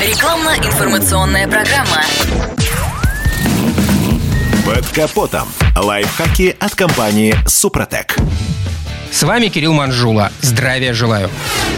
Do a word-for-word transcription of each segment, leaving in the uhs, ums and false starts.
Рекламно-информационная программа. Под капотом. Лайфхаки от компании «Супротек». С вами Кирилл Манжула. Здравия желаю.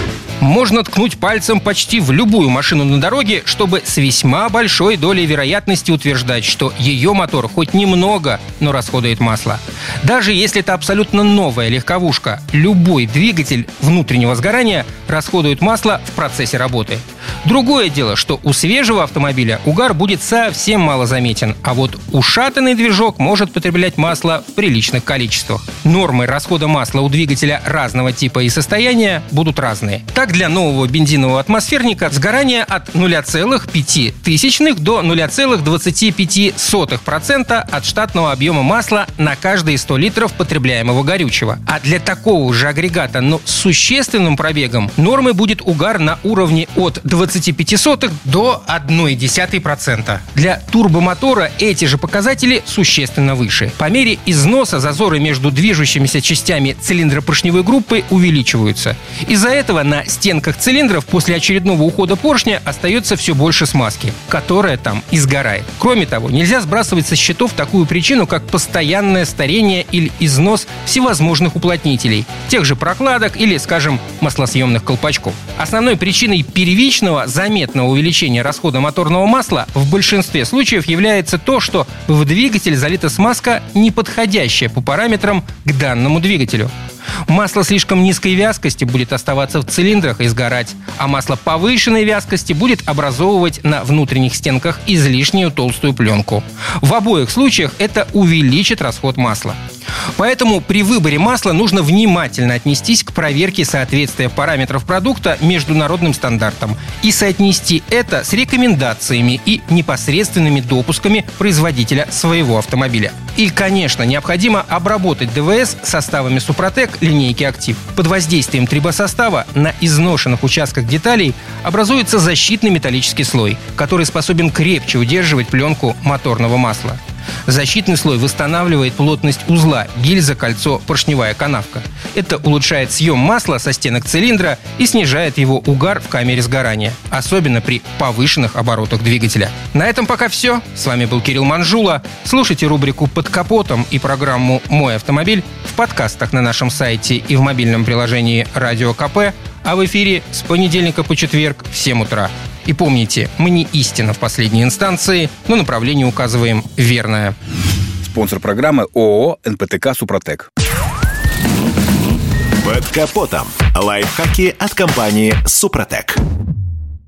Можно ткнуть пальцем почти в любую машину на дороге, чтобы с весьма большой долей вероятности утверждать, что ее мотор хоть немного, но расходует масло. Даже если это абсолютно новая легковушка, любой двигатель внутреннего сгорания расходует масло в процессе работы. Другое дело, что у свежего автомобиля угар будет совсем мало заметен, а вот ушатанный движок может потреблять масло в приличных количествах. Нормы расхода масла у двигателя разного типа и состояния будут разные. Так, для нового бензинового атмосферника сгорание от ноль целых пять десятых до ноль целых двадцать пять сотых процента от штатного объема масла на каждые сто литров потребляемого горючего. А для такого же агрегата, но с существенным пробегом, нормой будет угар на уровне от двадцать пять сотых до одна десятая процента. Для турбомотора эти же показатели существенно выше. По мере износа зазоры между движущимися частями цилиндропоршневой группы увеличиваются. Из-за этого на стенках цилиндров после очередного ухода поршня остается все больше смазки, которая там и сгорает. Кроме того, нельзя сбрасывать со счетов такую причину, как постоянное старение или износ всевозможных уплотнителей, тех же прокладок или, скажем, маслосъемных колпачков. Основной причиной первичного заметного увеличения расхода моторного масла в большинстве случаев является то, что в двигатель залита смазка, не подходящая по параметрам к данному двигателю. Масло слишком низкой вязкости будет оставаться в цилиндрах и сгорать, а масло повышенной вязкости будет образовывать на внутренних стенках излишнюю толстую пленку. В обоих случаях это увеличит расход масла. Поэтому при выборе масла нужно внимательно отнестись к проверке соответствия параметров продукта международным стандартам и соотнести это с рекомендациями и непосредственными допусками производителя своего автомобиля. И, конечно, необходимо обработать ДВС составами Супротек линейки «Актив». Под воздействием трибосостава на изношенных участках деталей образуется защитный металлический слой, который способен крепче удерживать пленку моторного масла. Защитный слой восстанавливает плотность узла, гильза, кольцо, поршневая канавка. Это улучшает съем масла со стенок цилиндра и снижает его угар в камере сгорания, особенно при повышенных оборотах двигателя. На этом пока все. С вами был Кирилл Манжула. Слушайте рубрику «Под капотом» и программу «Мой автомобиль» в подкастах на нашем сайте и в мобильном приложении «Радио КП», а в эфире с понедельника по четверг в семь утра. И помните, мы не истина в последней инстанции, но направление указываем верное. Спонсор программы ООО «эн пэ тэ ка Супротек». Под капотом. Лайфхаки от компании «Супротек».